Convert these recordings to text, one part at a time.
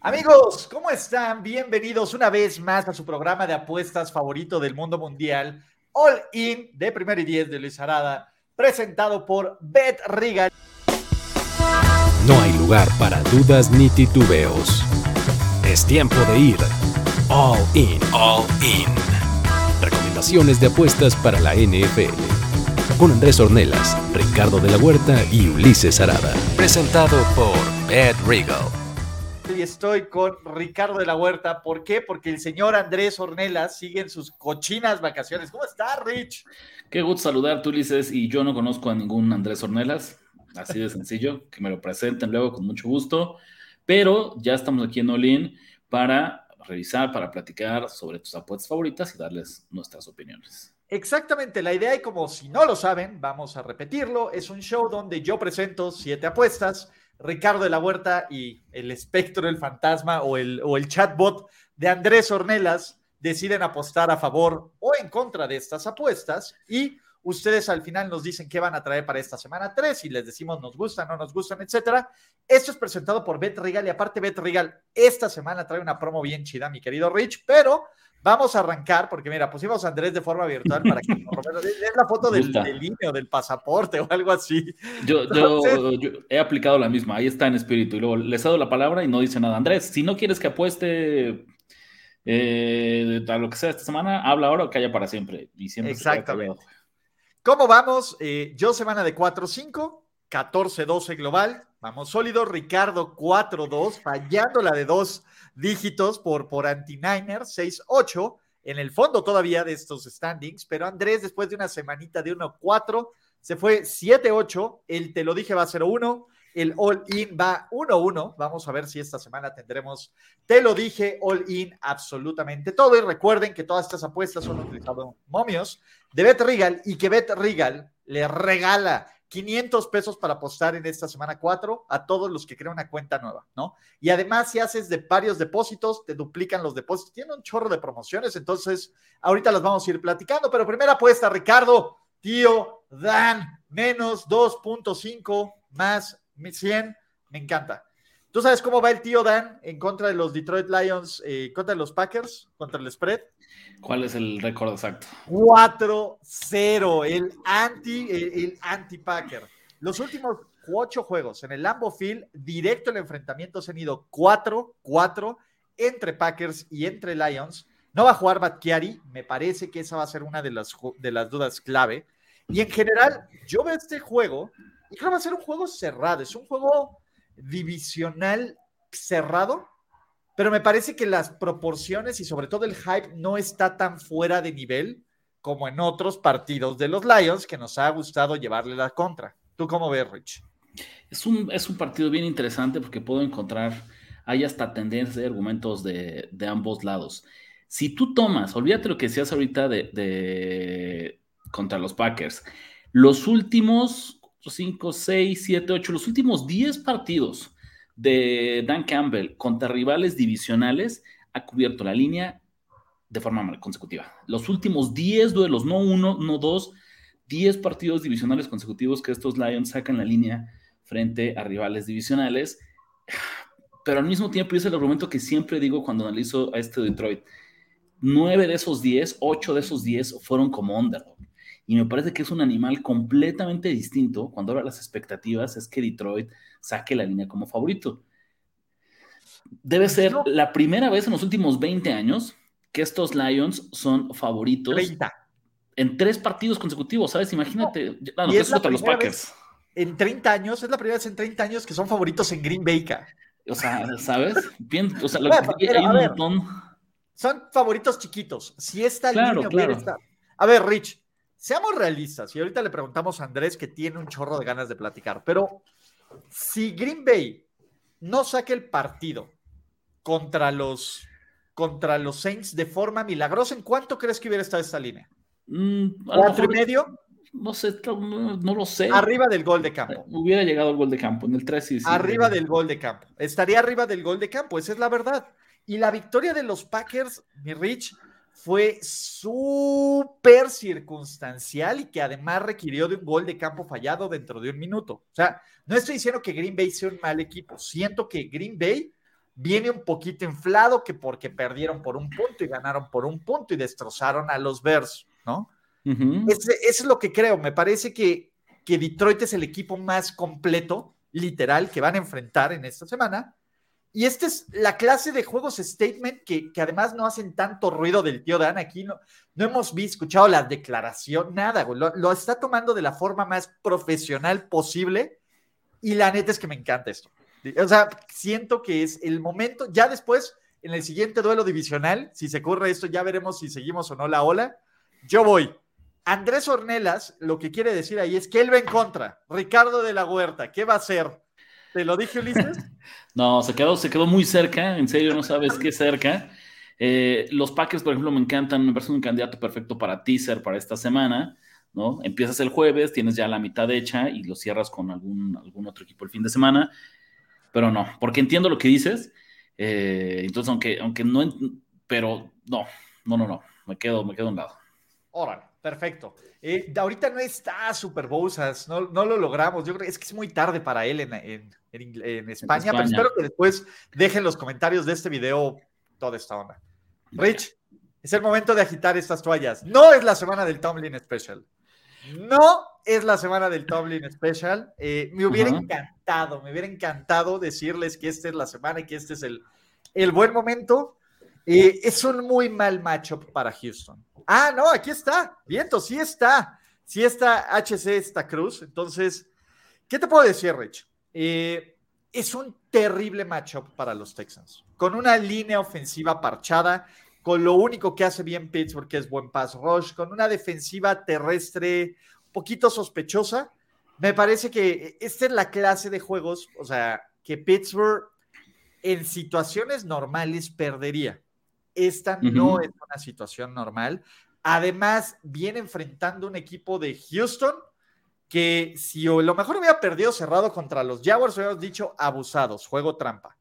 Amigos, ¿cómo están? Bienvenidos una vez más a su programa de apuestas favorito del mundo mundial, All In de Primero y 10 de Luis Arada, presentado por Bet Regal. No hay lugar para dudas ni titubeos. Es tiempo de ir All In. All In. Recomendaciones de apuestas para la NFL. Con Andrés Ornelas, Ricardo de la Huerta y Ulises Arada. Presentado por Bet Regal. Y estoy con Ricardo de la Huerta. ¿Por qué? Porque el señor Andrés Ornelas sigue en sus cochinas vacaciones. ¿Cómo está, Rich? Qué gusto saludarte, Ulises, y yo no conozco a ningún Andrés Ornelas, así de sencillo, que me lo presenten luego con mucho gusto, pero ya estamos aquí en Olin para revisar, para platicar sobre tus apuestas favoritas y darles nuestras opiniones. Exactamente, la idea, y como si no lo saben, vamos a repetirlo, es un show donde yo presento 7 apuestas, Ricardo de la Huerta y el espectro, el fantasma o el chatbot de Andrés Ornelas deciden apostar a favor o en contra de estas apuestas y ustedes al final nos dicen qué van a traer para esta semana 3 y les decimos nos gustan, no nos gustan, etcétera. Esto es presentado por Bet Regal y aparte Bet Regal esta semana trae una promo bien chida, mi querido Rich, pero vamos a arrancar, porque mira, pusimos a Andrés de forma virtual para que es la foto del INE o del pasaporte o algo así. Yo he aplicado la misma, ahí está en espíritu, y luego les cedo la palabra y no dice nada. Andrés, si no quieres que apueste a lo que sea esta semana, habla ahora o calla para siempre. Y siempre exactamente. ¿Cómo vamos? Yo semana de 4-5, 14-12 global, vamos sólido. Ricardo 4-2, fallando la de 2 dígitos por anti-Niners, 6-8, en el fondo todavía de estos standings, pero Andrés después de una semanita de 1-4, se fue 7-8, el te lo dije va 0-1, el all-in va 1-1, vamos a ver si esta semana tendremos, te lo dije, all-in absolutamente todo, y recuerden que todas estas apuestas son utilizando momios de Bet Regal, y que Bet Regal le regala 500 pesos para apostar en esta semana 4 a todos los que crean una cuenta nueva, ¿no? Y además, si haces de varios depósitos, te duplican los depósitos. Tiene un chorro de promociones, entonces ahorita las vamos a ir platicando, pero primera apuesta, Ricardo, tío Dan, menos 2.5 más 100, me encanta. ¿Tú sabes cómo va el tío Dan en contra de los Detroit Lions, contra de los Packers, contra el spread? ¿Cuál es el récord exacto? 4-0, el anti-Packer. Los últimos 8 juegos en el Lambeau Field, directo el enfrentamiento, se han ido 4-4 entre Packers y entre Lions. No va a jugar Bakhtiari, me parece que esa va a ser una de las dudas clave. Y en general, yo veo este juego y creo que va a ser un juego cerrado, es un juego divisional cerrado, pero me parece que las proporciones y sobre todo el hype no está tan fuera de nivel como en otros partidos de los Lions que nos ha gustado llevarle la contra. ¿Tú cómo ves, Rich? Es un partido bien interesante porque puedo encontrar, hay hasta tendencias de argumentos de ambos lados. Si tú tomas, olvídate lo que decías ahorita de contra los Packers, los últimos 5, 6, 7, 8, los últimos 10 partidos de Dan Campbell contra rivales divisionales ha cubierto la línea de forma consecutiva. Los últimos 10 duelos, no uno, no dos, 10 partidos divisionales consecutivos que estos Lions sacan la línea frente a rivales divisionales. Pero al mismo tiempo, y es el argumento que siempre digo cuando analizo a este Detroit, 9 de esos 10, 8 de esos 10 fueron como underdog. Y me parece que es un animal completamente distinto cuando ahora las expectativas es que Detroit saque la línea como favorito. Debe ser la primera vez en los últimos 20 años que estos Lions son favoritos 30. En 3 partidos consecutivos, ¿sabes? Imagínate. No, y es contra los Packers. En 30 años, es la primera vez en 30 años que son favoritos en Green Bay. O sea, ¿sabes? Bien, o sea, hay un montón. Son favoritos chiquitos. Si esta línea hubiera estado. A ver, Rich, seamos realistas. Y ahorita le preguntamos a Andrés, que tiene un chorro de ganas de platicar. Pero si Green Bay no saca el partido contra los Saints de forma milagrosa, ¿en cuánto crees que hubiera estado esta línea? ¿4.5? No sé, no lo sé. Arriba del gol de campo. Hubiera llegado al gol de campo, en el 3 sí. Arriba del gol de campo. Estaría arriba del gol de campo, esa es la verdad. Y la victoria de los Packers, mi Rich, fue súper circunstancial y que además requirió de un gol de campo fallado dentro de un minuto. O sea, no estoy diciendo que Green Bay sea un mal equipo. Siento que Green Bay viene un poquito inflado que porque perdieron por un punto y ganaron por un punto y destrozaron a los Bears, ¿no? Eso es lo que creo. Me parece que Detroit es el equipo más completo, literal, que van a enfrentar en esta semana. Y esta es la clase de juegos statement que además no hacen tanto ruido del tío Dan. Aquí no hemos escuchado la declaración, nada, güey. Lo está tomando de la forma más profesional posible y la neta es que me encanta esto. O sea, siento que es el momento. Ya después, en el siguiente duelo divisional, si se ocurre esto, ya veremos si seguimos o no la ola. Yo voy. Andrés Ornelas, lo que quiere decir ahí es que él va en contra. Ricardo de la Huerta, ¿qué va a hacer? ¿Te lo dije, Ulises? No, se quedó muy cerca, en serio, no sabes qué cerca. Los Packers, por ejemplo, me encantan, me parece un candidato perfecto para teaser para esta semana, ¿no? Empiezas el jueves, tienes ya la mitad hecha y lo cierras con algún otro equipo el fin de semana, pero no, porque entiendo lo que dices, entonces aunque no, pero no, me quedo a un lado. Órale, perfecto. Ahorita no está Super Bowsas, no lo logramos. Yo creo que es muy tarde para él en España, pero espero que después dejen los comentarios de este video toda esta onda. Rich, es el momento de agitar estas toallas. No es la semana del Tomlin Special. No es la semana del Tomlin Special. Me hubiera encantado decirles que esta es la semana y que este es el buen momento. Es un muy mal matchup para Houston. Ah, no, aquí está. Viento, sí está. Sí está HC, está Cruz. Entonces, ¿qué te puedo decir, Rich? Es un terrible matchup para los Texans. Con una línea ofensiva parchada, con lo único que hace bien Pittsburgh, que es buen pass rush, con una defensiva terrestre un poquito sospechosa. Me parece que esta es la clase de juegos, o sea, que Pittsburgh en situaciones normales perdería. Esta no es una situación normal. Además, viene enfrentando un equipo de Houston que si lo mejor hubiera perdido cerrado contra los Jaguars, hubiéramos dicho abusados, juego trampa.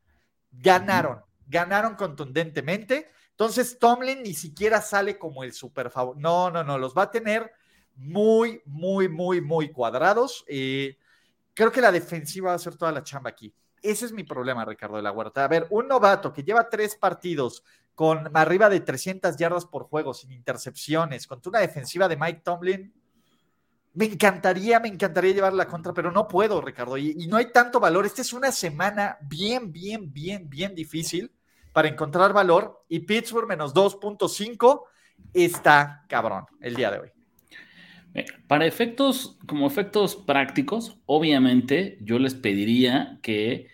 Ganaron contundentemente. Entonces, Tomlin ni siquiera sale como el super favor. No, los va a tener muy, muy, muy, muy cuadrados. Creo que la defensiva va a hacer toda la chamba aquí. Ese es mi problema, Ricardo de la Huerta. A ver, un novato que lleva 3 partidos con arriba de 300 yardas por juego, sin intercepciones, contra una defensiva de Mike Tomlin, me encantaría llevar la contra, pero no puedo, Ricardo, y no hay tanto valor. Esta es una semana bien difícil para encontrar valor, y Pittsburgh menos 2.5 está cabrón el día de hoy. Para efectos prácticos, obviamente yo les pediría que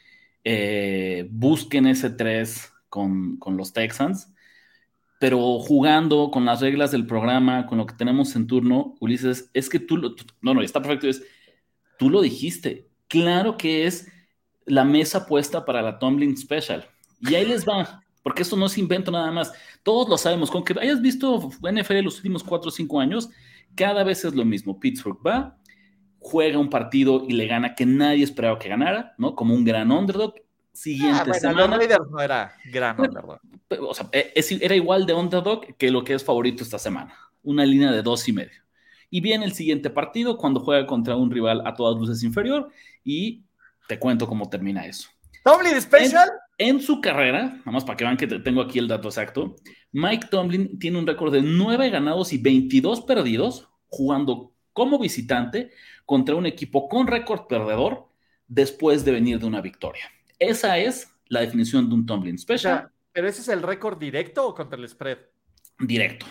busquen ese 3 con los Texans, pero jugando con las reglas del programa, con lo que tenemos en turno, Ulises, es que está perfecto, tú lo dijiste, claro que es la mesa puesta para la Tomlin Special, y ahí les va, porque esto no es invento nada más, todos lo sabemos, con que hayas visto NFL los últimos 4 o 5 años, cada vez es lo mismo. Pittsburgh va, juega un partido y le gana que nadie esperaba que ganara, ¿no? Como un gran underdog. Siguiente semana. Los Raiders no era gran underdog. O sea, era igual de underdog que lo que es favorito esta semana. Una línea de 2.5. Y viene el siguiente partido cuando juega contra un rival a todas luces inferior y te cuento cómo termina eso. Tomlin Special. En su carrera, nada más para que vean que tengo aquí el dato exacto, Mike Tomlin tiene un récord de 9 ganados y 22 perdidos jugando como visitante contra un equipo con récord perdedor después de venir de una victoria. Esa es la definición de un Tomlin Special. O sea, ¿pero ese es el récord directo o contra el spread? Directo.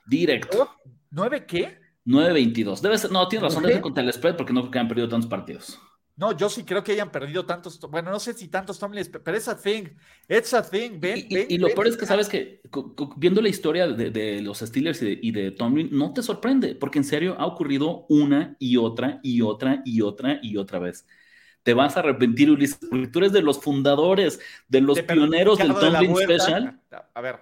¿9 qué? 9-22. Debe ser, no, tienes razón, debe ser contra el spread porque no creo que hayan perdido tantos partidos. No, yo sí creo que hayan perdido tantos, bueno, no sé si tantos Tomlins, pero it's a thing. Y lo peor es que sabes que viendo la historia de los Steelers y de Tomlin, no te sorprende, porque en serio ha ocurrido una y otra vez. Te vas a arrepentir, Ulises, porque tú eres de los fundadores, de los pioneros del Tomlin Special. A ver.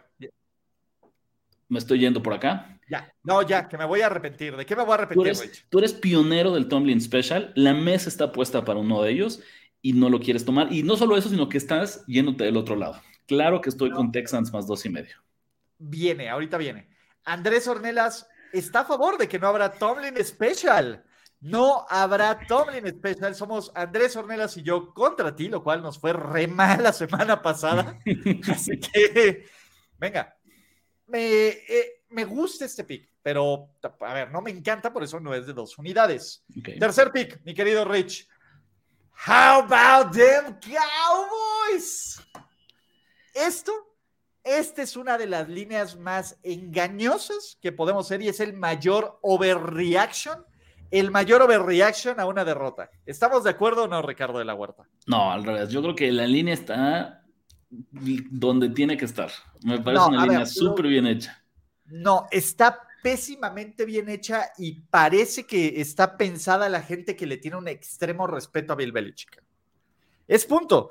Me estoy yendo por acá. Ya, que me voy a arrepentir. ¿De qué me voy a arrepentir, Rich? Tú eres pionero del Tomlin Special. La mesa está puesta para uno de ellos y no lo quieres tomar. Y no solo eso, sino que estás yéndote del otro lado. Claro que estoy con Texans más 2.5. Ahorita viene. Andrés Ornelas está a favor de que no habrá Tomlin Special. No habrá Tomlin Special. Somos Andrés Ornelas y yo contra ti, lo cual nos fue re mal la semana pasada. Así que, venga, me gusta este pick, pero a ver, no me encanta, por eso no es de 2 unidades. Okay. Tercer pick, mi querido Rich. How about them Cowboys? Esta es una de las líneas más engañosas que podemos hacer y es el mayor overreaction a una derrota. ¿Estamos de acuerdo o no, Ricardo de la Huerta? No, al revés. Yo creo que la línea está donde tiene que estar. Me parece una línea súper bien hecha. No, está pésimamente bien hecha y parece que está pensada la gente que le tiene un extremo respeto a Bill Belichick. Es punto.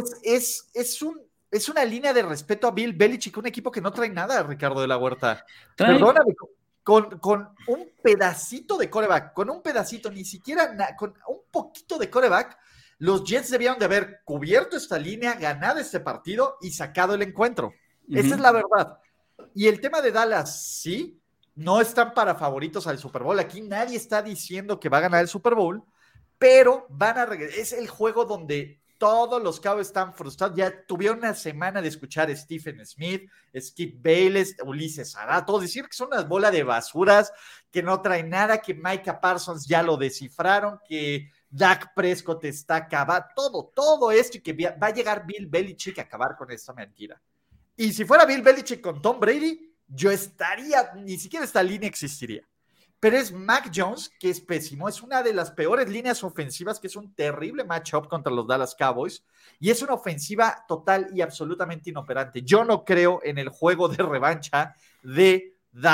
Es una línea de respeto a Bill Belichick, un equipo que no trae nada, Ricardo de la Huerta. Perdóname, con un pedacito de quarterback, con un pedacito, ni siquiera con un poquito de quarterback, los Jets debieron de haber cubierto esta línea, ganado este partido y sacado el encuentro. Esa es la verdad. Y el tema de Dallas, sí, no están para favoritos al Super Bowl. Aquí nadie está diciendo que va a ganar el Super Bowl, pero van a regresar. Es el juego donde todos los Cowboys están frustrados. Ya tuvieron una semana de escuchar a Stephen Smith, Skip Bayless, Ulises Arada, todos decir que son unas bolas de basuras, que no traen nada, que Micah Parsons ya lo descifraron, que Dak Prescott está acabado, todo esto, y que va a llegar Bill Belichick a acabar con esta mentira. Y si fuera Bill Belichick con Tom Brady, yo estaría, ni siquiera esta línea existiría. Pero es Mac Jones, que es pésimo, es una de las peores líneas ofensivas, que es un terrible matchup contra los Dallas Cowboys, y es una ofensiva total y absolutamente inoperante. Yo no creo en el juego de revancha de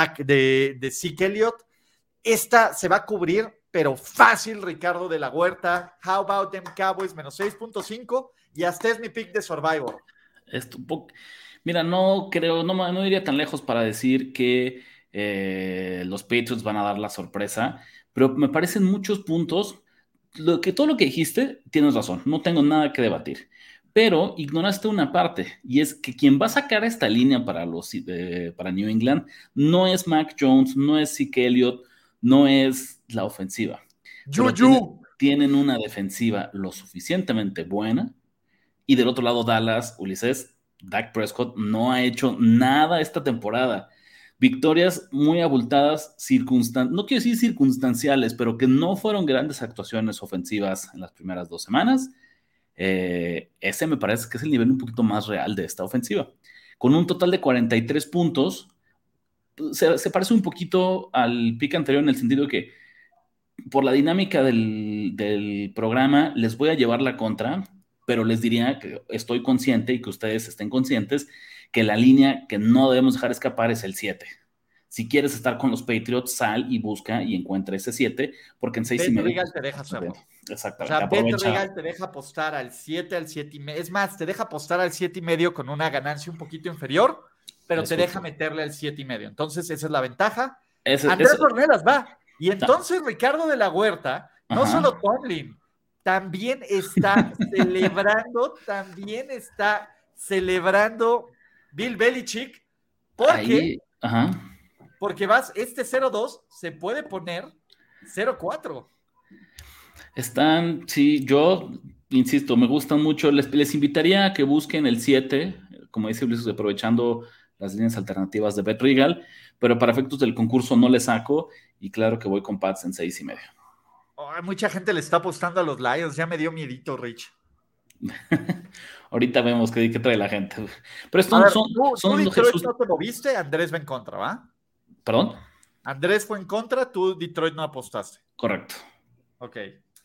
Zeke Elliott. Esta se va a cubrir, pero fácil, Ricardo de la Huerta. How about them Cowboys, menos 6.5, y hasta es mi pick de Survivor. Mira, no iría tan lejos para decir que los Patriots van a dar la sorpresa, pero me parecen muchos puntos. Todo lo que dijiste, tienes razón, no tengo nada que debatir, pero ignoraste una parte, y es que quien va a sacar esta línea para New England no es Mac Jones, no es Zeke Elliott, no es la ofensiva. Tienen una defensiva lo suficientemente buena, y del otro lado Dallas, Ulises, Dak Prescott no ha hecho nada esta temporada. Victorias muy abultadas, no quiero decir circunstanciales, pero que no fueron grandes actuaciones ofensivas en las primeras 2 semanas. Ese me parece que es el nivel un poquito más real de esta ofensiva. Con un total de 43 puntos, se parece un poquito al pick anterior en el sentido de que por la dinámica del programa les voy a llevar la contra, pero les diría que estoy consciente y que ustedes estén conscientes que la línea que no debemos dejar escapar es el 7. Si quieres estar con los Patriots, sal y busca y encuentra ese 7, porque en 6.5... Regal te deja hacerlo. Exactamente. O sea, Regal te deja apostar al 7, al 7.5. Es más, te deja apostar al 7.5 con una ganancia un poquito inferior, pero te deja meterle al 7.5. Entonces, esa es la ventaja. Andrés Ornelas va. Y entonces, Ricardo de la Huerta, no solo Tomlin, también está celebrando Bill Belichick, porque este 0-2 se puede poner 0-4. Sí, yo insisto, me gustan mucho, les invitaría a que busquen el 7, como dice Ulises, aprovechando las líneas alternativas de BetRegal, pero para efectos del concurso no le saco, y claro que voy con Pats en 6.5. Mucha gente le está apostando a los Lions, ya me dio miedito, Rich. Ahorita vemos qué trae la gente. Pero tú Detroit no te moviste, Andrés va en contra, ¿va? ¿Perdón? Andrés fue en contra, tú Detroit no apostaste. Correcto. Ok.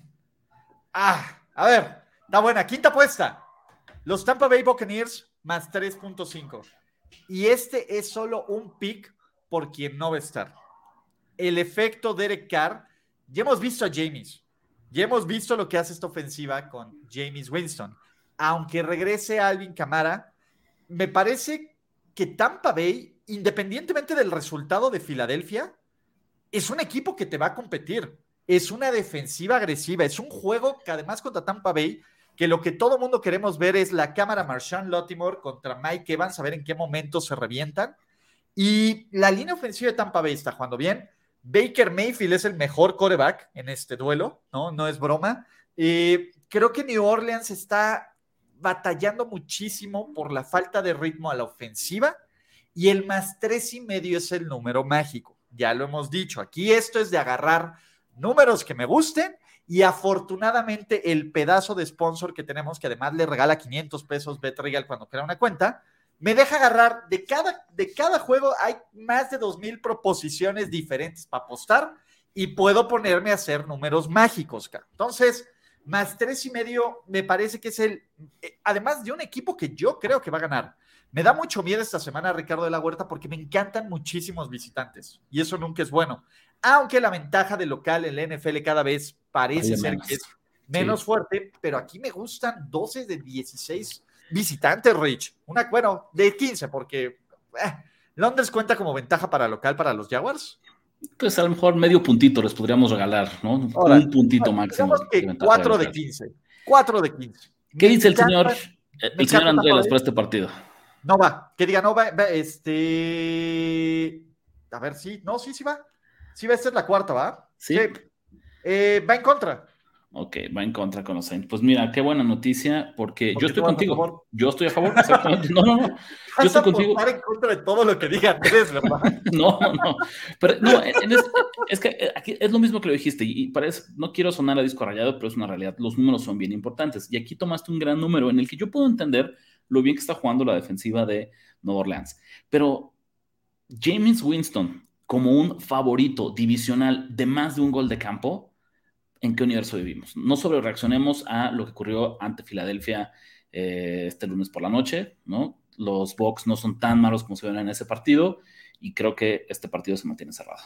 A ver, está buena. Quinta apuesta. Los Tampa Bay Buccaneers más 3.5. Y este es solo un pick por quien no va a estar. El efecto Derek Carr. Ya hemos visto a Jameis. Ya hemos visto lo que hace esta ofensiva con Jameis Winston. Aunque regrese Alvin Kamara, me parece que Tampa Bay, independientemente del resultado de Filadelfia, es un equipo que te va a competir. Es una defensiva agresiva. Es un juego que además contra Tampa Bay, que lo que todo mundo queremos ver es la cámara Marshawn Lattimore contra Mike Evans, a ver en qué momento se revientan. Y la línea ofensiva de Tampa Bay está jugando bien. Baker Mayfield es el mejor quarterback en este duelo, ¿no? No es broma. Creo que New Orleans está batallando muchísimo por la falta de ritmo a la ofensiva y el +3.5 es el número mágico. Ya lo hemos dicho, aquí esto es de agarrar números que me gusten y afortunadamente el pedazo de sponsor que tenemos, que además le regala $500 BetRegal cuando crea una cuenta, me deja agarrar de cada juego. Hay más de 2,000 proposiciones diferentes para apostar y puedo ponerme a hacer números mágicos. Entonces, +3.5 me parece que es además de un equipo que yo creo que va a ganar. Me da mucho miedo esta semana Ricardo de la Huerta porque me encantan muchísimos visitantes y eso nunca es bueno. Aunque la ventaja de local en la NFL cada vez parece ser que es menos fuerte, pero aquí me gustan 12 de 16 visitantes, Rich. Bueno, de 15, porque Londres cuenta como ventaja para local para los Jaguars. Pues a lo mejor medio puntito les podríamos regalar, ¿no? Ahora, un puntito máximo. Que 4 de 15. 4 de 15. ¿Qué dice el señor Andreas para este partido? No va, que diga, no va, a ver, sí, no, sí va. Sí va, esta es la cuarta, ¿va? Sí. Va en contra. Ok, va en contra con los Saints. Pues mira, qué buena noticia, porque yo estoy contigo. Yo estoy a favor, exactamente. No. Yo estoy contigo. Estar en contra de todo lo que diga Andrés, ¿verdad? No. Pero no, es que aquí es lo mismo que lo dijiste, y parece, no quiero sonar a disco rayado, pero es una realidad. Los números son bien importantes. Y aquí tomaste un gran número en el que yo puedo entender lo bien que está jugando la defensiva de Nueva Orleans. Pero Jameis Winston, como un favorito divisional de más de un gol de campo, ¿en qué universo vivimos? No sobrereaccionemos a lo que ocurrió ante Filadelfia este lunes por la noche, ¿no? Los Bucs no son tan malos como se ven en ese partido y creo que este partido se mantiene cerrado.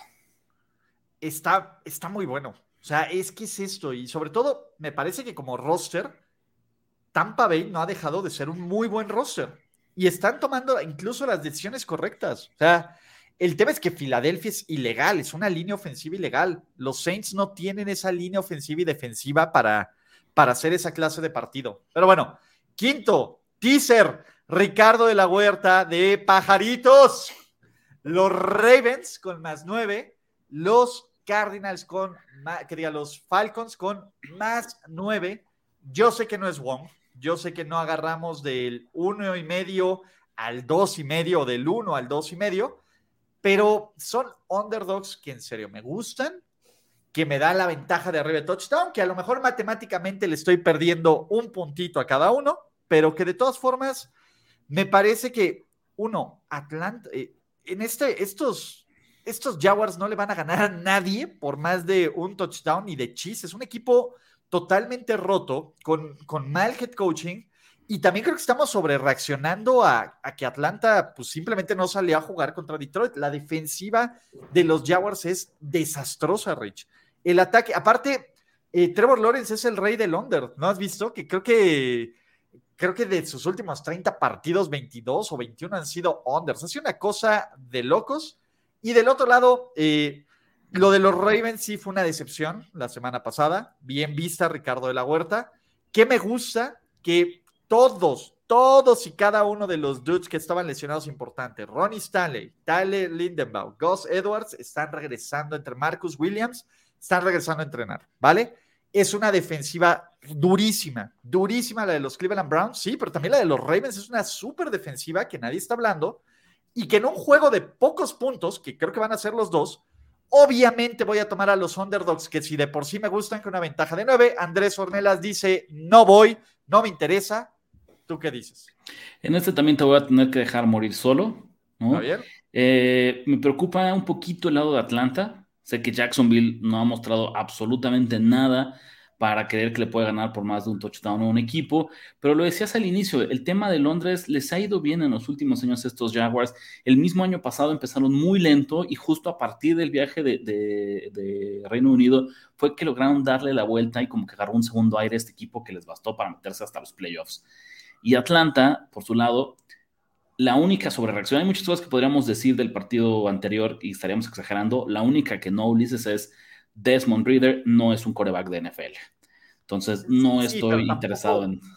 Está muy bueno. O sea, es que es esto. Y sobre todo, me parece que como roster, Tampa Bay no ha dejado de ser un muy buen roster. Y están tomando incluso las decisiones correctas. O sea, el tema es que Filadelfia es ilegal, es una línea ofensiva ilegal. Los Saints no tienen esa línea ofensiva y defensiva para hacer esa clase de partido. Pero bueno, quinto, teaser, Ricardo de la Huerta de Pajaritos. Los Ravens con +9, los Cardinals los Falcons con +9. Yo sé que no es Wong, yo sé que no agarramos del 1.5 al 2.5 o del 1 al 2.5, pero son underdogs que en serio me gustan, que me dan la ventaja de arriba de touchdown, que a lo mejor matemáticamente le estoy perdiendo un puntito a cada uno, pero que de todas formas me parece que Atlanta, estos Jaguars no le van a ganar a nadie por más de un touchdown ni de chis. Es un equipo totalmente roto, con mal head coaching, y también creo que estamos sobre reaccionando a que Atlanta pues simplemente no salió a jugar contra Detroit. La defensiva de los Jaguars es desastrosa, Rich. El ataque, aparte, Trevor Lawrence es el rey del under, ¿no has visto? Que creo que de sus últimos 30 partidos, 22 o 21 han sido unders. Ha sido una cosa de locos. Y del otro lado, lo de los Ravens sí fue una decepción la semana pasada. Bien vista, Ricardo de la Huerta. Que me gusta que todos y cada uno de los dudes que estaban lesionados importantes, Ronnie Stanley, Tyler Lindenbaum, Gus Edwards, están regresando entre Marcus Williams, están regresando a entrenar, ¿vale? Es una defensiva durísima la de los Cleveland Browns, sí, pero también la de los Ravens es una súper defensiva que nadie está hablando y que en un juego de pocos puntos, que creo que van a ser los dos, obviamente voy a tomar a los underdogs, que si de por sí me gustan, con una ventaja de 9. Andrés Ornelas dice, no voy, no me interesa. ¿Tú qué dices? En este también te voy a tener que dejar morir solo, ¿no? ¿Está bien? Me preocupa un poquito el lado de Atlanta. Sé que Jacksonville no ha mostrado absolutamente nada para creer que le puede ganar por más de un touchdown a un equipo, pero lo decías al inicio, el tema de Londres les ha ido bien en los últimos años estos Jaguars. El mismo año pasado empezaron muy lento y justo a partir del viaje de Reino Unido fue que lograron darle la vuelta y como que agarró un segundo aire a este equipo que les bastó para meterse hasta los playoffs. Y Atlanta, por su lado, la única sobrereacción, hay muchas cosas que podríamos decir del partido anterior y estaríamos exagerando, la única que no, Ulises, es Desmond Ridder no es un quarterback de NFL. Entonces, no estoy interesado en...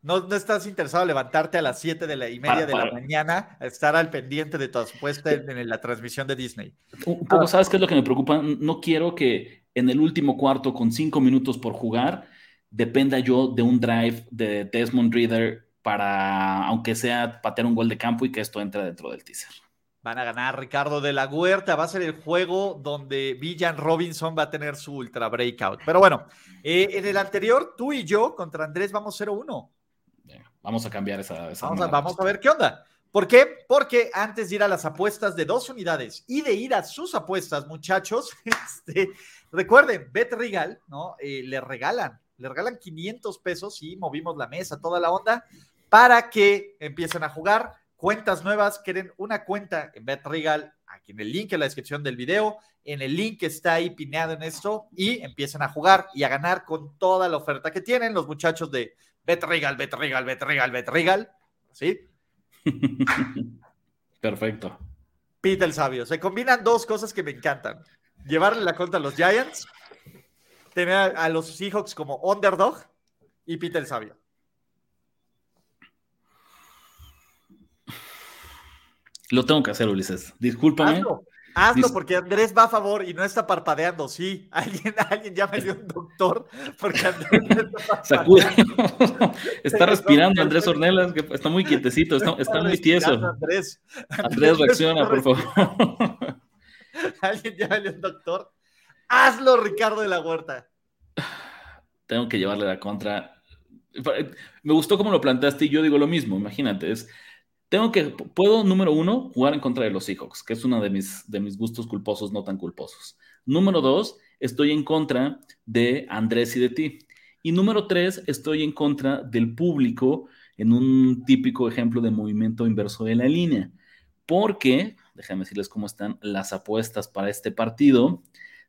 No estás interesado en levantarte a las 7:30 de la mañana a estar al pendiente de tu apuesta en la transmisión de Disney. Un poco, ¿sabes qué es lo que me preocupa? No quiero que en el último cuarto, con 5 minutos por jugar, dependa yo de un drive de Desmond Ridder para, aunque sea, patear un gol de campo y que esto entre dentro del teaser. Van a ganar Ricardo de la Huerta. Va a ser el juego donde Villan Robinson va a tener su ultra breakout. Pero bueno, en el anterior, tú y yo contra Andrés vamos 0-1. Vamos a cambiar esa vamos a ver qué onda. ¿Por qué? Porque antes de ir a las apuestas de 2 unidades y de ir a sus apuestas, muchachos, recuerden, BetRegal, ¿no? Le regalan 500 pesos y movimos la mesa, toda la onda, para que empiecen a jugar. Cuentas nuevas, quieren una cuenta en BetRegal, aquí en el link en la descripción del video, en el link que está ahí pineado en esto, y empiecen a jugar y a ganar con toda la oferta que tienen los muchachos de BetRegal, ¿sí? Perfecto. Pete el Sabio. Se combinan dos cosas que me encantan. Llevarle la contra a los Giants, tener a los Seahawks como underdog y Pete el Sabio. Lo tengo que hacer, Ulises. Discúlpame. Hazlo porque Andrés va a favor y no está parpadeando. Sí, alguien ya me dio un doctor porque Andrés no está sacude. Está respirando Andrés Ornelas, que está muy quietecito, está muy tieso. Andrés reacciona, por favor. Alguien ya me dio un doctor. Hazlo, Ricardo de la Huerta. Tengo que llevarle la contra. Me gustó cómo lo planteaste y yo digo lo mismo. Imagínate, puedo, número 1, jugar en contra de los Seahawks, que es uno de mis gustos culposos, no tan culposos. Número 2, estoy en contra de Andrés y de ti. Y número 3, estoy en contra del público en un típico ejemplo de movimiento inverso de la línea. Porque, déjame decirles cómo están las apuestas para este partido.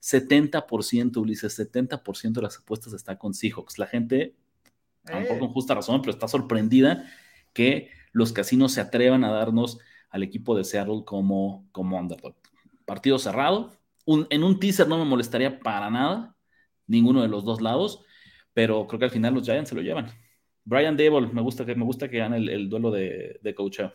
70%, Ulises, 70% de las apuestas está con Seahawks. La gente, tampoco con justa razón, pero está sorprendida que los casinos se atrevan a darnos al equipo de Seattle como underdog. Partido cerrado. En un teaser no me molestaría para nada, ninguno de los dos lados, pero creo que al final los Giants se lo llevan. Brian Daboll, me gusta que gane el duelo de coacheo.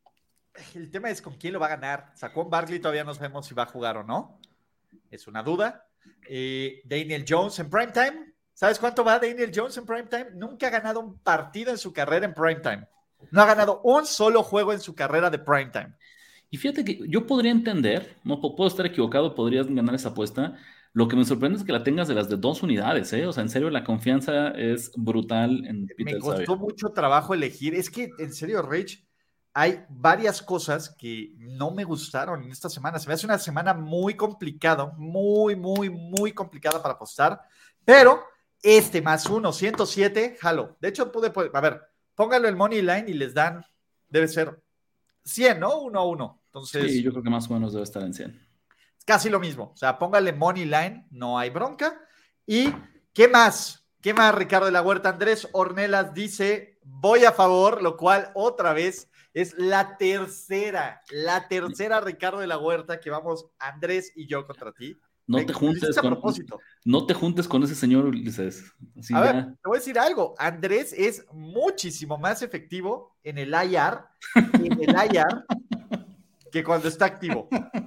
El tema es con quién lo va a ganar. Saquon Barkley todavía no sabemos si va a jugar o no. Es una duda. Daniel Jones en primetime. ¿Sabes cuánto va Daniel Jones en primetime? Nunca ha ganado un partido en su carrera en primetime. No ha ganado un solo juego en su carrera de primetime. Y fíjate que yo podría entender, no puedo estar equivocado, podrías ganar esa apuesta. Lo que me sorprende es que la tengas de las de 2 unidades, ¿eh? O sea, en serio, la confianza es brutal en Peter Me costó mucho trabajo elegir. Es que, en serio, Rich, hay varias cosas que no me gustaron en esta semana. Se me hace una semana muy complicada, muy, muy, muy complicada para apostar. Pero +1, 107, jalo. De hecho, a ver, póngalo el money line y les dan, debe ser 100, ¿no? 1-1. Entonces, sí, yo creo que más o menos debe estar en 100. Casi lo mismo. O sea, póngale money line, no hay bronca. ¿Y qué más? ¿Qué más, Ricardo de la Huerta? Andrés Ornelas dice, voy a favor, lo cual otra vez es la tercera, Ricardo de la Huerta, que vamos Andrés y yo contra ti. No te juntes con ese señor, Ulises. A ver, te voy a decir algo. Andrés es muchísimo más efectivo en el IR que cuando está activo.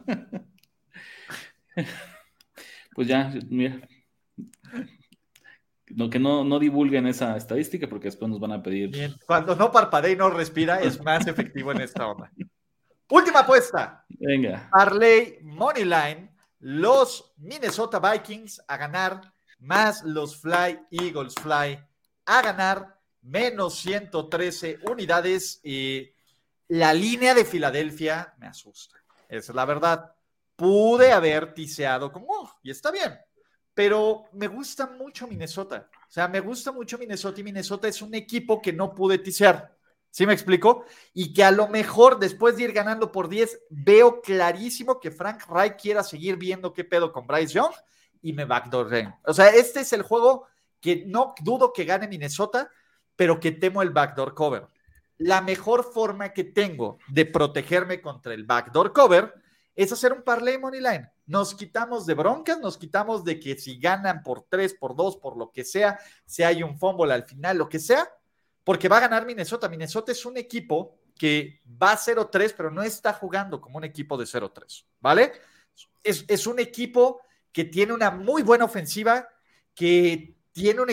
Pues ya, mira. Que no divulguen esa estadística porque después nos van a pedir. Bien. Cuando no parpadea y no respira, es más efectivo en esta onda. Última apuesta. Venga. Parlay Moneyline. Los Minnesota Vikings a ganar, más los Eagles Fly a ganar, -113 unidades. Y la línea de Filadelfia me asusta. Esa es la verdad. Pude haber tiseado como, y está bien, pero me gusta mucho Minnesota. O sea, me gusta mucho Minnesota y Minnesota es un equipo que no pude tisear. ¿Sí me explico? Y que a lo mejor después de ir ganando por 10, veo clarísimo que Frank Reich quiera seguir viendo qué pedo con Bryce Young y me backdoorren. O sea, este es el juego que no dudo que gane Minnesota, pero que temo el backdoor cover. La mejor forma que tengo de protegerme contra el backdoor cover es hacer un parlay money line. Nos quitamos de broncas, nos quitamos de que si ganan por 3, por 2, por lo que sea, si hay un fumble al final, lo que sea, porque va a ganar Minnesota. Minnesota es un equipo que va 0-3, pero no está jugando como un equipo de 0-3, ¿vale? Es un equipo que tiene una muy buena ofensiva, que tiene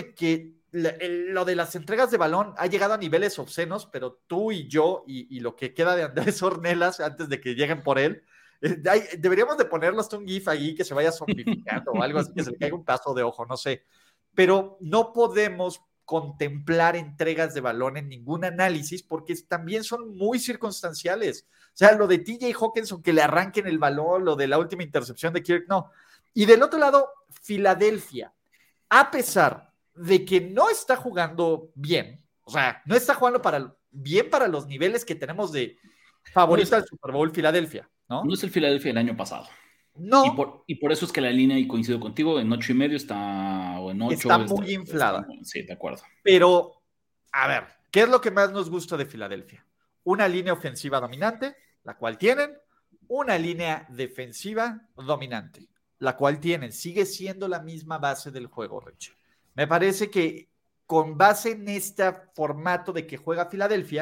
lo de las entregas de balón ha llegado a niveles obscenos, pero tú y yo y lo que queda de Andrés Ornelas antes de que lleguen por él, deberíamos de ponerlo hasta un gif ahí que se vaya zombificando o algo así, que se le caiga un paso de ojo, no sé, pero no podemos contemplar entregas de balón en ningún análisis porque también son muy circunstanciales. O sea, lo de TJ Hawkinson que le arranquen el balón, lo de la última intercepción de Kirk, no. Y del otro lado, Filadelfia, a pesar de que no está jugando bien, o sea, no está jugando bien para los niveles que tenemos de favorito al Super Bowl Filadelfia, ¿no? No es el Filadelfia del año pasado. No. Y por eso es que la línea, y coincido contigo, en 8.5 está, o en 8. Está muy inflada. Sí, de acuerdo. Pero, a ver, ¿qué es lo que más nos gusta de Filadelfia? Una línea ofensiva dominante, la cual tienen, una línea defensiva dominante, la cual tienen. Sigue siendo la misma base del juego, Rich. Me parece que con base en este formato de que juega Filadelfia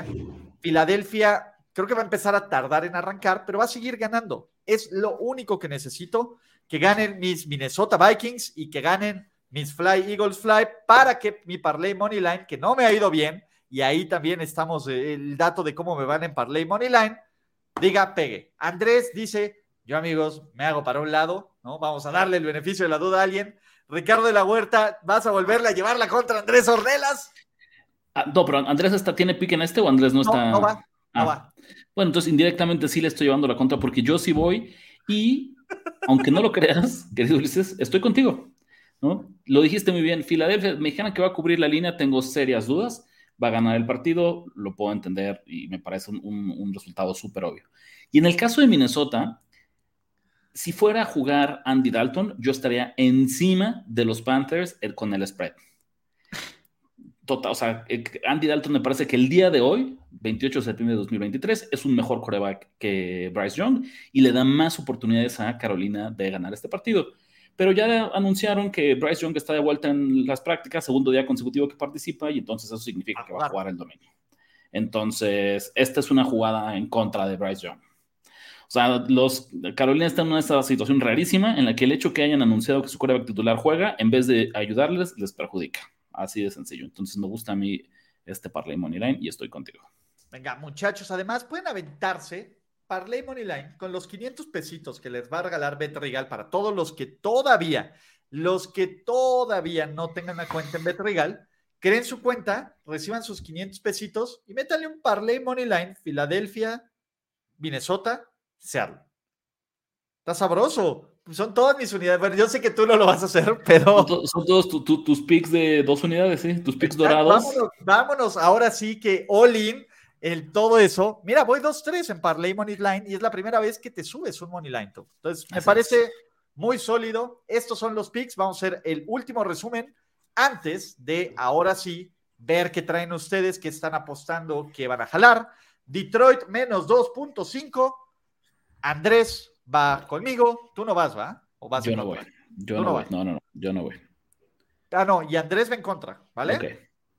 creo que va a empezar a tardar en arrancar, pero va a seguir ganando. Es lo único que necesito, que ganen mis Minnesota Vikings y que ganen mis Eagles Fly para que mi parlay Moneyline, que no me ha ido bien, y ahí también estamos el dato de cómo me van en parlay Moneyline, diga pegue. Andrés dice, yo amigos, me hago para un lado, ¿no? Vamos a darle el beneficio de la duda a alguien. Ricardo de la Huerta, ¿vas a volverle a llevarla contra Andrés Ornelas? No, pero ¿Andrés tiene pique en este o Andrés no está? No va. No va. Bueno, entonces indirectamente sí le estoy llevando la contra porque yo sí voy y, aunque no lo creas, querido Ulises, estoy contigo, ¿no? Lo dijiste muy bien. Filadelfia, me dijeron que va a cubrir la línea, tengo serias dudas. Va a ganar el partido, lo puedo entender y me parece un resultado súper obvio. Y en el caso de Minnesota, si fuera a jugar Andy Dalton, yo estaría encima de los Panthers con el spread. Total, o sea, Andy Dalton me parece que el día de hoy, 28 de septiembre de 2023, es un mejor quarterback que Bryce Young y le da más oportunidades a Carolina de ganar este partido. Pero ya anunciaron que Bryce Young está de vuelta en las prácticas, segundo día consecutivo que participa, y entonces eso significa que va a jugar el domingo. Entonces, esta es una jugada en contra de Bryce Young. O sea, Carolina está en una situación rarísima en la que el hecho que hayan anunciado que su quarterback titular juega, en vez de ayudarles, les perjudica. Así de sencillo. Entonces me gusta a mí este Parlay Moneyline y estoy contigo. Venga, muchachos, además pueden aventarse Parlay Moneyline con los 500 pesitos que les va a regalar BetRegal para todos los que todavía no tengan una cuenta en BetRegal, creen su cuenta, reciban sus 500 pesitos y métanle un Parlay Moneyline Filadelfia, Minnesota, Seattle. Está sabroso. Son todas mis unidades. Bueno, yo sé que tú no lo vas a hacer, pero... Son todos tus picks de 2 unidades, ¿sí? Tus picks dorados. Vámonos, ahora sí que all in, todo eso. Mira, voy 2-3 en Parlay Moneyline y es la primera vez que te subes un Moneyline. Entonces, me parece muy sólido. Estos son los picks. Vamos a hacer el último resumen antes de, ahora sí, ver qué traen ustedes, qué están apostando, qué van a jalar. Detroit menos 2.5. Andrés va conmigo, tú no vas, ¿va? ¿O vas yo no voy. Yo no voy. Ah, no, y Andrés va en contra, ¿vale? Ok.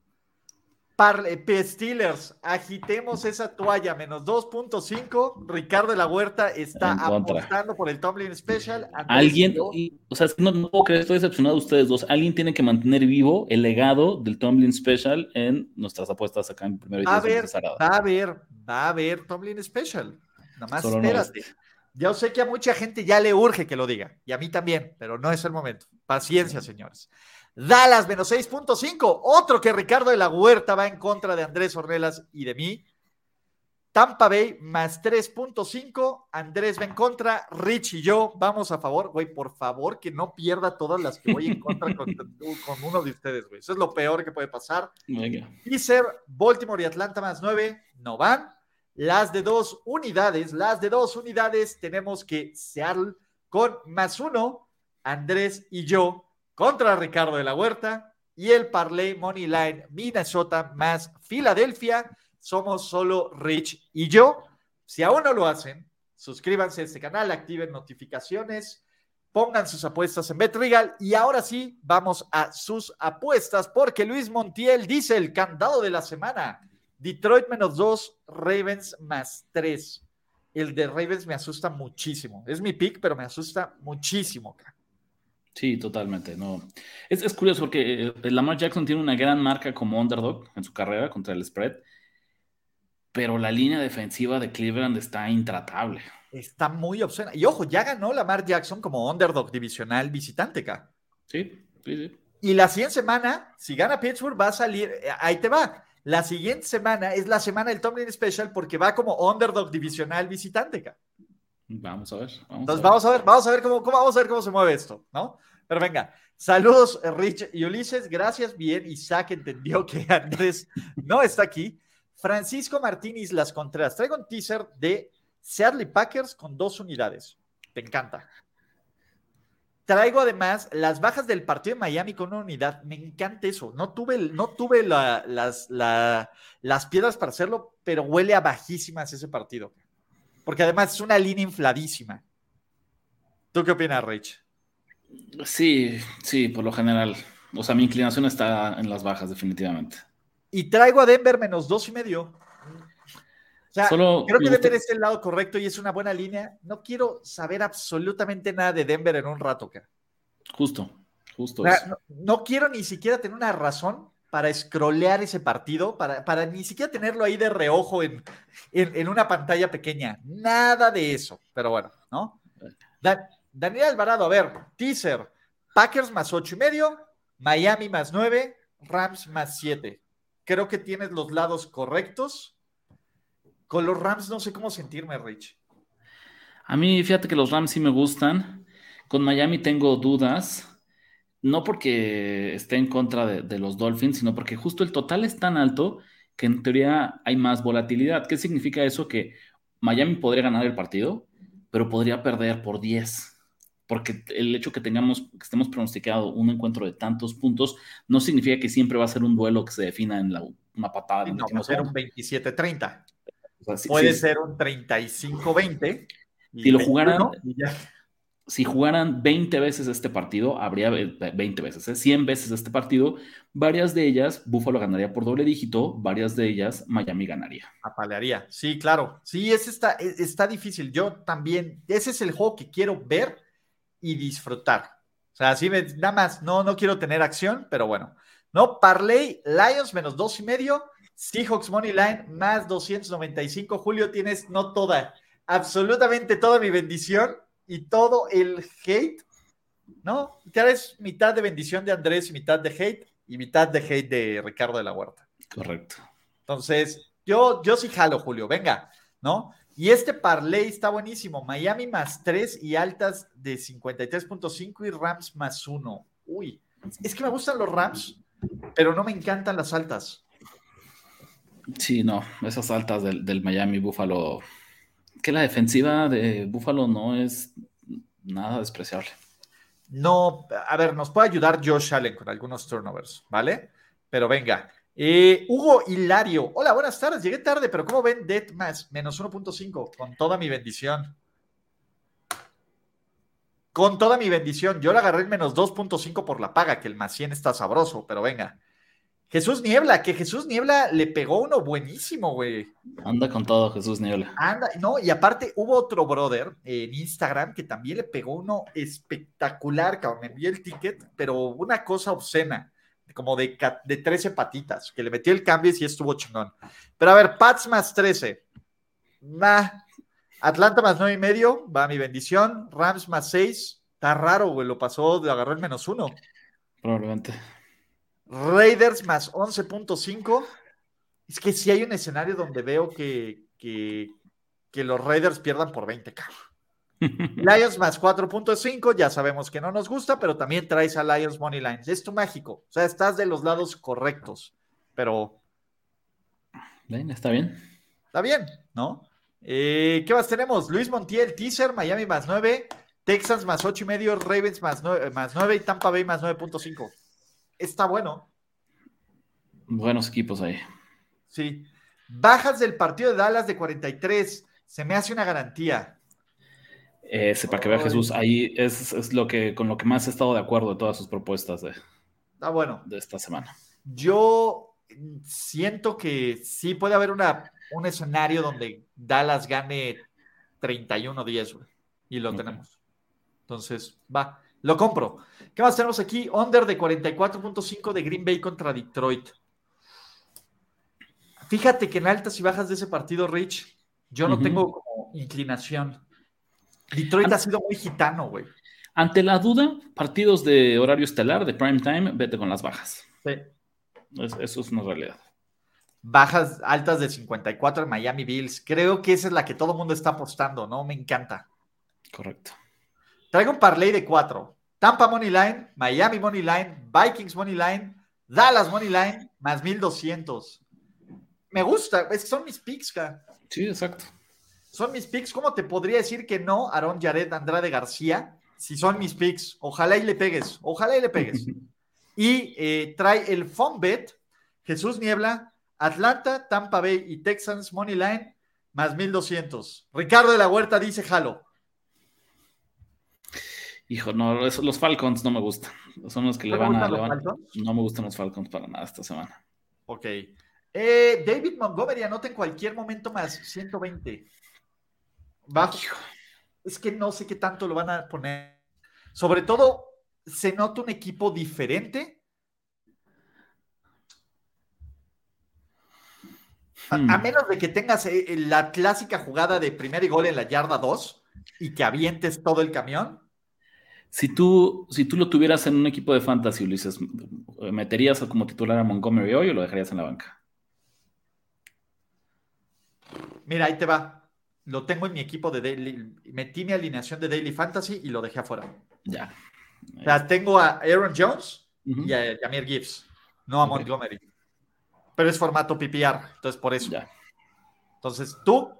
Steelers, agitemos esa toalla, menos 2.5. Ricardo de la Huerta está apostando por el Tomlin Special. Alguien, o sea, no puedo creer, estoy decepcionado de ustedes dos. Alguien tiene que mantener vivo el legado del Tomlin Special en nuestras apuestas acá en Primero y 10. Va a haber Tomlin Special. Nada más espérate. Yo sé que a mucha gente ya le urge que lo diga, y a mí también, pero no es el momento. Paciencia, señores. Dallas, menos 6.5. Otro que Ricardo de la Huerta va en contra de Andrés Ornelas y de mí. Tampa Bay, más 3.5. Andrés va en contra. Rich y yo vamos a favor. Güey, por favor, que no pierda todas las que voy en contra con uno de ustedes, güey. Eso es lo peor que puede pasar. Teaser, Baltimore y Atlanta, más 9. No van. Las de 2 unidades, tenemos que Seattle con más 1, Andrés y yo contra Ricardo de la Huerta, y el Parlay Moneyline Minnesota más Filadelfia, somos solo Rich y yo. Si aún no lo hacen, suscríbanse a este canal, activen notificaciones, pongan sus apuestas en BetRegal. Y ahora sí, vamos a sus apuestas, porque Luis Montiel dice el candado de la semana. Detroit -2, Ravens +3. El de Ravens me asusta muchísimo. Es mi pick, pero me asusta muchísimo. Sí, totalmente. No. Es curioso porque Lamar Jackson tiene una gran marca como underdog en su carrera contra el spread, pero la línea defensiva de Cleveland está intratable. Está muy obscena. Y ojo, ya ganó Lamar Jackson como underdog divisional visitante, acá. Sí, sí, sí. Y la siguiente semana, si gana Pittsburgh, va a salir, ahí te va. La siguiente semana es la semana del Tomlin Special porque va como underdog divisional visitante, acá. Vamos a ver. Entonces vamos a ver cómo se mueve esto, ¿no? Pero venga, saludos Rich y Ulises, gracias, bien, Isaac entendió que Andrés no está aquí. Francisco Martínez Las Contreras, traigo un teaser de Seattle Packers con 2 unidades, te encanta. Traigo además las bajas del partido de Miami con 1 unidad, me encanta eso, no tuve las piedras para hacerlo, pero huele a bajísimas ese partido, porque además es una línea infladísima. ¿Tú qué opinas, Rich? Sí, sí, por lo general. O sea, mi inclinación está en las bajas, definitivamente. Y traigo a Denver -2.5. O sea, Solo creo que me gusta... Denver es el lado correcto y es una buena línea. No quiero saber absolutamente nada de Denver en un rato, cara. Justo O sea, eso. no quiero ni siquiera tener una razón para scrollear ese partido, para ni siquiera tenerlo ahí de reojo en una pantalla pequeña. Nada de eso. Pero bueno, ¿no? Daniel Alvarado, a ver, teaser. Packers +8.5, Miami +9, Rams +7. Creo que tienes los lados correctos. Con los Rams no sé cómo sentirme, Rich. A mí, fíjate que los Rams sí me gustan. Con Miami tengo dudas. No porque esté en contra de los Dolphins, sino porque justo el total es tan alto que en teoría hay más volatilidad. ¿Qué significa eso? Que Miami podría ganar el partido, pero podría perder por 10. Porque el hecho que estemos pronosticado un encuentro de tantos puntos no significa que siempre va a ser un duelo que se defina en una patada en Sí, el no, va último a ser segundo. un 27-30. O sea, Puede ser un 35-20 si y lo jugaran, 21 y ya. si jugaran 20 veces este partido, habría 20 veces, 100 veces este partido, varias de ellas Buffalo ganaría por doble dígito, varias de ellas Miami ganaría. Apalearía. Sí, claro. Sí, ese está difícil. Yo también, ese es el juego que quiero ver y disfrutar. O sea, así nada más, no quiero tener acción, pero bueno. No, Parlay, Lions -2.5, Seahawks Money Line +295. Julio, tienes no toda, absolutamente toda mi bendición y todo el hate, ¿no? Tienes mitad de bendición de Andrés y mitad de hate y mitad de hate de Ricardo de la Huerta. Correcto. Entonces, yo sí jalo, Julio, venga, ¿no? Y este parlay está buenísimo. Miami +3 y altas de 53.5 y Rams +1. Uy, es que me gustan los Rams, pero no me encantan las altas. Sí, no, esas altas del Miami Buffalo, que la defensiva de Buffalo no es nada despreciable. No, a ver, nos puede ayudar Josh Allen con algunos turnovers, ¿vale? Pero venga. Hugo Hilario, hola, buenas tardes, llegué tarde, pero ¿cómo ven Dead más -1.5? Con toda mi bendición. Con toda mi bendición. Yo le agarré el -2.5 por la paga, que el +100 está sabroso, pero venga. Jesús Niebla, que Jesús Niebla le pegó uno buenísimo, güey. Anda con todo Jesús Niebla. Anda, no, y aparte hubo otro brother en Instagram que también le pegó uno espectacular, cabrón. Me envió el ticket, pero una cosa obscena, como de 13 patitas, que le metió el cambio y sí estuvo chingón. Pero a ver, Pats +13. Atlanta +9.5, va mi bendición. Rams +6, está raro, güey, lo pasó, agarró el -1. Probablemente. Raiders +11.5. Es que sí hay un escenario donde veo que los Raiders pierdan por 20, cabrón. Lions +4.5, ya sabemos que no nos gusta, pero también traes a Lions Money Line. Es tu mágico, o sea, estás de los lados correctos, pero... Bien, está bien. Está bien, ¿no? ¿Qué más tenemos? Luis Montiel, teaser, Miami +9, Texans +8.5, Ravens +9 y Tampa Bay +9.5. Está bueno. Buenos equipos ahí. Sí. Bajas del partido de Dallas de 43. Se me hace una garantía. Para que vea Jesús, ahí es con lo que más he estado de acuerdo de todas sus propuestas bueno. de esta semana. Yo siento que sí puede haber un escenario donde Dallas gane 31-10, güey, y lo tenemos. Entonces, va, lo compro. ¿Qué más tenemos aquí? Under de 44.5 de Green Bay contra Detroit. Fíjate que en altas y bajas de ese partido, Rich, yo no tengo como inclinación. Detroit ha sido muy gitano, güey. Ante la duda, partidos de horario estelar, de prime time, vete con las bajas. Sí. Eso es una realidad. Bajas altas de 54 en Miami Bills. Creo que esa es la que todo el mundo está apostando, ¿no? Me encanta. Correcto. Traigo un parlay de 4. Tampa Money Line, Miami Money Line, Vikings Money Line, Dallas Money Line, más 1200. Me gusta, es que son mis picks, cara. Sí, exacto. Son mis picks. ¿Cómo te podría decir que no, Aaron Jared Andrade García? Si son mis picks. Ojalá y le pegues. Y trae el Fun Bet, Jesús Niebla, Atlanta, Tampa Bay y Texans Money Line, más 1200. Ricardo de la Huerta dice jalo. Hijo, no, los Falcons no me gustan. Son los que le van a... No me gustan los Falcons para nada esta semana. Ok. David Montgomery anota en cualquier momento más 120. Bajo. Es que no sé qué tanto lo van a poner. Sobre todo, se nota un equipo diferente. A menos de que tengas la clásica jugada de primer y gol en la yarda 2 y que avientes todo el camión. Si tú lo tuvieras en un equipo de fantasy, Ulises, ¿meterías como titular a Montgomery hoy o lo dejarías en la banca? Mira, ahí te va. Lo tengo en mi equipo de Daily. Metí mi alineación de Daily Fantasy y lo dejé afuera. Ya. O sea, tengo a Aaron Jones y a Jahmyr Gibbs, no a Montgomery. Pero es formato PPR, entonces por eso. Ya. Entonces, ¿tú?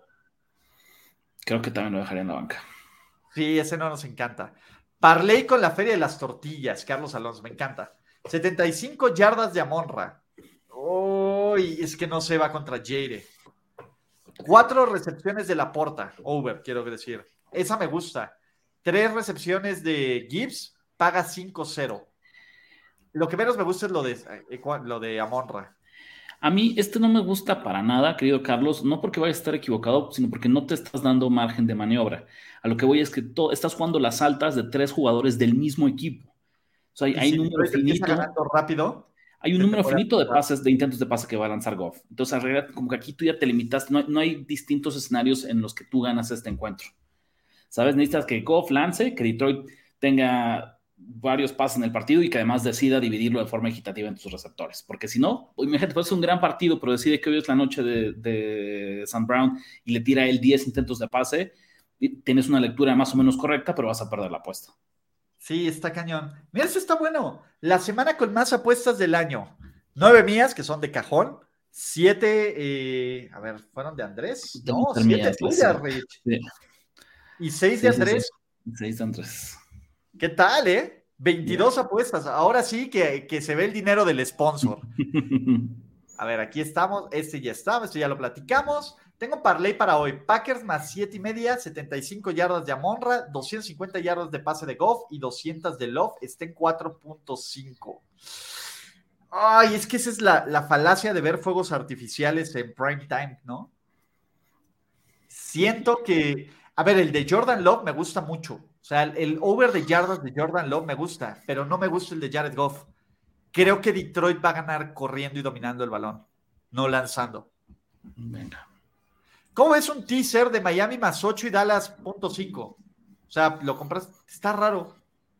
Creo que también lo dejaría en la banca. Sí, ese no nos encanta. Parlay con la Feria de las Tortillas, Carlos Alonso, me encanta. 75 yardas de Amon-Ra. Uy, es que no se va contra Jade. 4 recepciones de Laporta, over, quiero decir. Esa me gusta. 3 recepciones de Gibbs, paga 5-0. Lo que menos me gusta es lo de Amon-Ra. A mí no me gusta para nada, querido Carlos, no porque vayas a estar equivocado, sino porque no te estás dando margen de maniobra. A lo que voy es que estás jugando las altas de 3 jugadores del mismo equipo. O sea, hay número finito. Rápido, hay un número finito de pases, de intentos de pase que va a lanzar Goff. Entonces, en realidad, como que aquí tú ya te limitas, no hay distintos escenarios en los que tú ganas este encuentro. ¿Sabes? Necesitas que Goff lance, que Detroit tenga varios pases en el partido y que además decida dividirlo de forma equitativa entre sus receptores. Porque si no, imagínate, puede ser un gran partido, pero decide que hoy es la noche de Sam Brown y le tira a él 10 intentos de pase, y tienes una lectura más o menos correcta, pero vas a perder la apuesta. Sí, está cañón. Mira, eso está bueno. La semana con más apuestas del año. 9 mías, que son de cajón. 7, ¿fueron de Andrés? No, 7 tuyas, Rich. Sí. Y 6 de Andrés. 6 de Andrés. ¿Qué tal, 22 apuestas. Ahora sí que se ve el dinero del sponsor. A ver, aquí estamos. Este ya lo platicamos. Tengo parlay para hoy. Packers más 7.5, 75 yardas de Amon-Ra, 250 yardas de pase de Goff y 200 de Love. Está en 4.5. Ay, es que esa es la falacia de ver fuegos artificiales en prime time, ¿no? Siento que... A ver, el de Jordan Love me gusta mucho. O sea, el over de yardas de Jordan Love me gusta, pero no me gusta el de Jared Goff. Creo que Detroit va a ganar corriendo y dominando el balón, no lanzando. Venga. ¿Cómo es un teaser de Miami más 8 y Dallas .5? O sea, lo compras, está raro.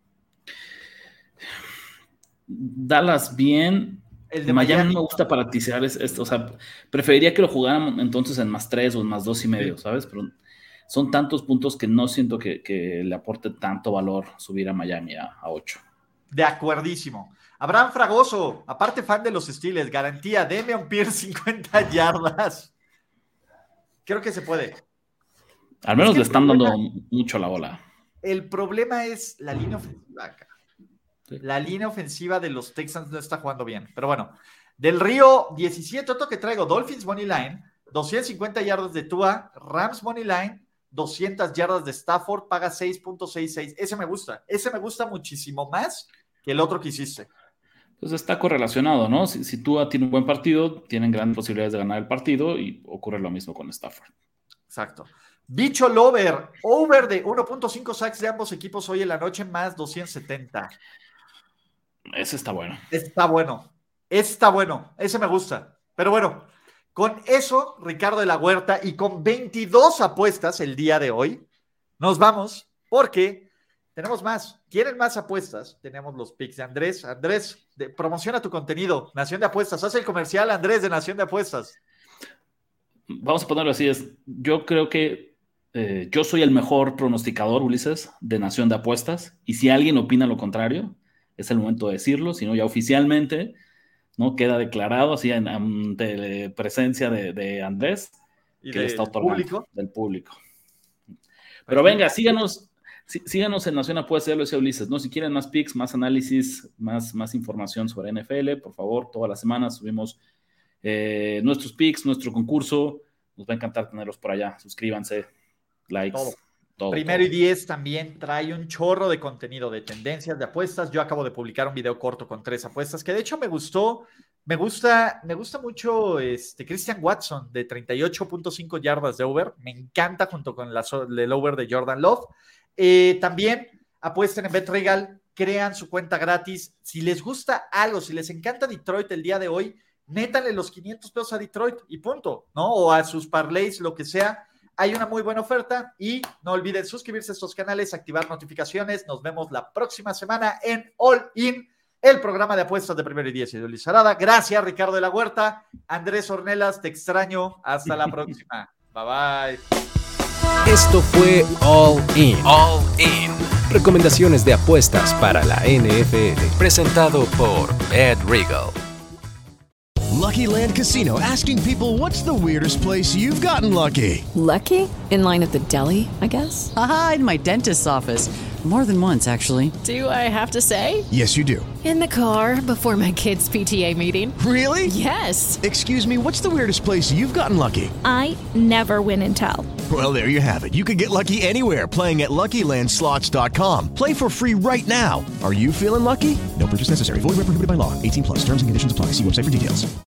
Dallas bien. El de Miami no me gusta para teasear esto. O sea, preferiría que lo jugaran entonces en más 3 o en más 2.5, ¿sabes? Pero son tantos puntos que no siento que le aporte tanto valor subir a Miami a 8. De acuerdísimo. Abraham Fragoso, aparte fan de los Steelers, garantía, Dameon Pierce 50 yardas. Creo que se puede. Al menos le están dando mucho la bola. El problema es la línea ofensiva acá. Sí. La línea ofensiva de los Texans no está jugando bien. Pero bueno, del Río 17, otro que traigo, Dolphins Money Line, 250 yardas de Tua, Rams Money Line, 200 yardas de Stafford, paga 6.66. Ese me gusta muchísimo más que el otro que hiciste. Pues está correlacionado, ¿no? Si Tua tiene un buen partido, tienen grandes posibilidades de ganar el partido y ocurre lo mismo con Stafford. Exacto. Bicho Lover, over de 1.5 sacks de ambos equipos hoy en la noche, más 270. Ese está bueno. Está bueno. Ese me gusta. Pero bueno, con eso, Ricardo de la Huerta, y con 22 apuestas el día de hoy, nos vamos porque tenemos más. ¿Quieren más apuestas? Tenemos los picks de Andrés. Andrés, promociona tu contenido. Nación de Apuestas. Haz el comercial, Andrés, de Nación de Apuestas. Vamos a ponerlo así. Yo creo que yo soy el mejor pronosticador, Ulises, de Nación de Apuestas. Y si alguien opina lo contrario, es el momento de decirlo. Si no, ya oficialmente, ¿no? Queda declarado así ante presencia de Andrés Y que le está otorgando público. Del público. Pero venga, síganos en Nación Apuestas, ya lo decía Ulises, ¿no? Si quieren más picks, más análisis, más información sobre NFL, por favor, todas las semanas subimos nuestros picks, nuestro concurso. Nos va a encantar tenerlos por allá. Suscríbanse, likes. Todo. Primero y 10 también trae un chorro de contenido de tendencias, de apuestas. Yo acabo de publicar un video corto con 3 apuestas que de hecho me gusta mucho Christian Watson de 38.5 yardas de over. Me encanta junto con el over de Jordan Love. También apuesten en BetRegal, crean su cuenta gratis. Si les gusta algo, si les encanta Detroit el día de hoy, métanle los $500 a Detroit y punto, ¿no? O a sus parlays, lo que sea. Hay una muy buena oferta y no olviden suscribirse a estos canales, activar notificaciones. Nos vemos la próxima semana en All In, el programa de apuestas de Primero y 10 y de Luis Arada. Gracias, Ricardo de la Huerta. Andrés Ornelas, te extraño. Hasta la próxima. Bye bye. Esto fue All In. All In. Recomendaciones de apuestas para la NFL. Presentado por BetRegal. Lucky Land Casino, asking people, what's the weirdest place you've gotten lucky? Lucky? In line at the deli, I guess? Aha, in my dentist's office. More than once, actually. Do I have to say? Yes, you do. In the car before my kids' PTA meeting. Really? Yes. Excuse me, what's the weirdest place you've gotten lucky? I never win and tell. Well, there you have it. You can get lucky anywhere, playing at LuckyLandSlots.com. Play for free right now. Are you feeling lucky? No purchase necessary. Void where prohibited by law. 18+. Terms and conditions apply. See website for details.